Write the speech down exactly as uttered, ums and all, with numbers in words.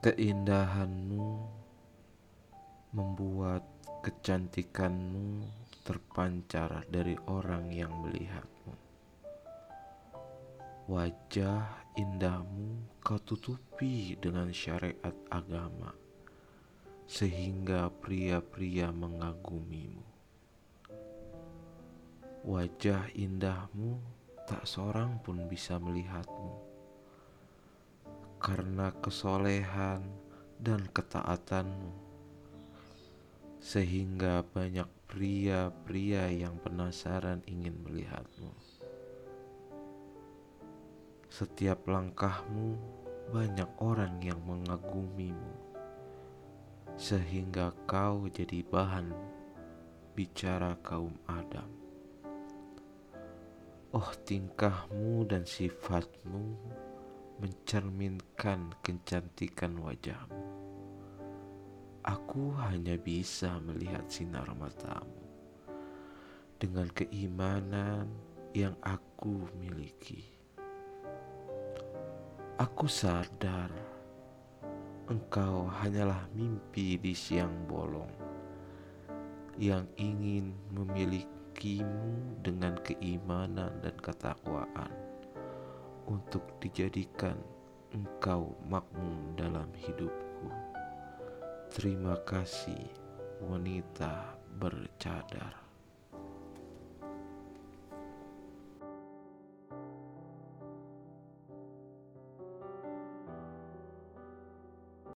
Keindahanmu membuat kecantikanmu terpancar dari orang yang melihatmu. Wajah indahmu kau tutupi dengan syariat agama, sehingga pria-pria mengagumimu. Wajah indahmu tak seorang pun bisa melihatmu, karena kesolehan dan ketaatanmu, sehingga banyak pria-pria yang penasaran ingin melihatmu. Setiap langkahmu banyak orang yang mengagumimu, sehingga kau jadi bahan bicara kaum Adam. Oh, tingkahmu dan sifatmu mencerminkan kecantikan wajahmu. Aku hanya bisa melihat sinar matamu dengan keimanan yang aku miliki. Aku sadar engkau hanyalah mimpi di siang bolong yang ingin memilikimu dengan keimanan dan ketakwaan untuk dijadikan engkau makmum dalam hidupku. Terima kasih, wanita bercadar.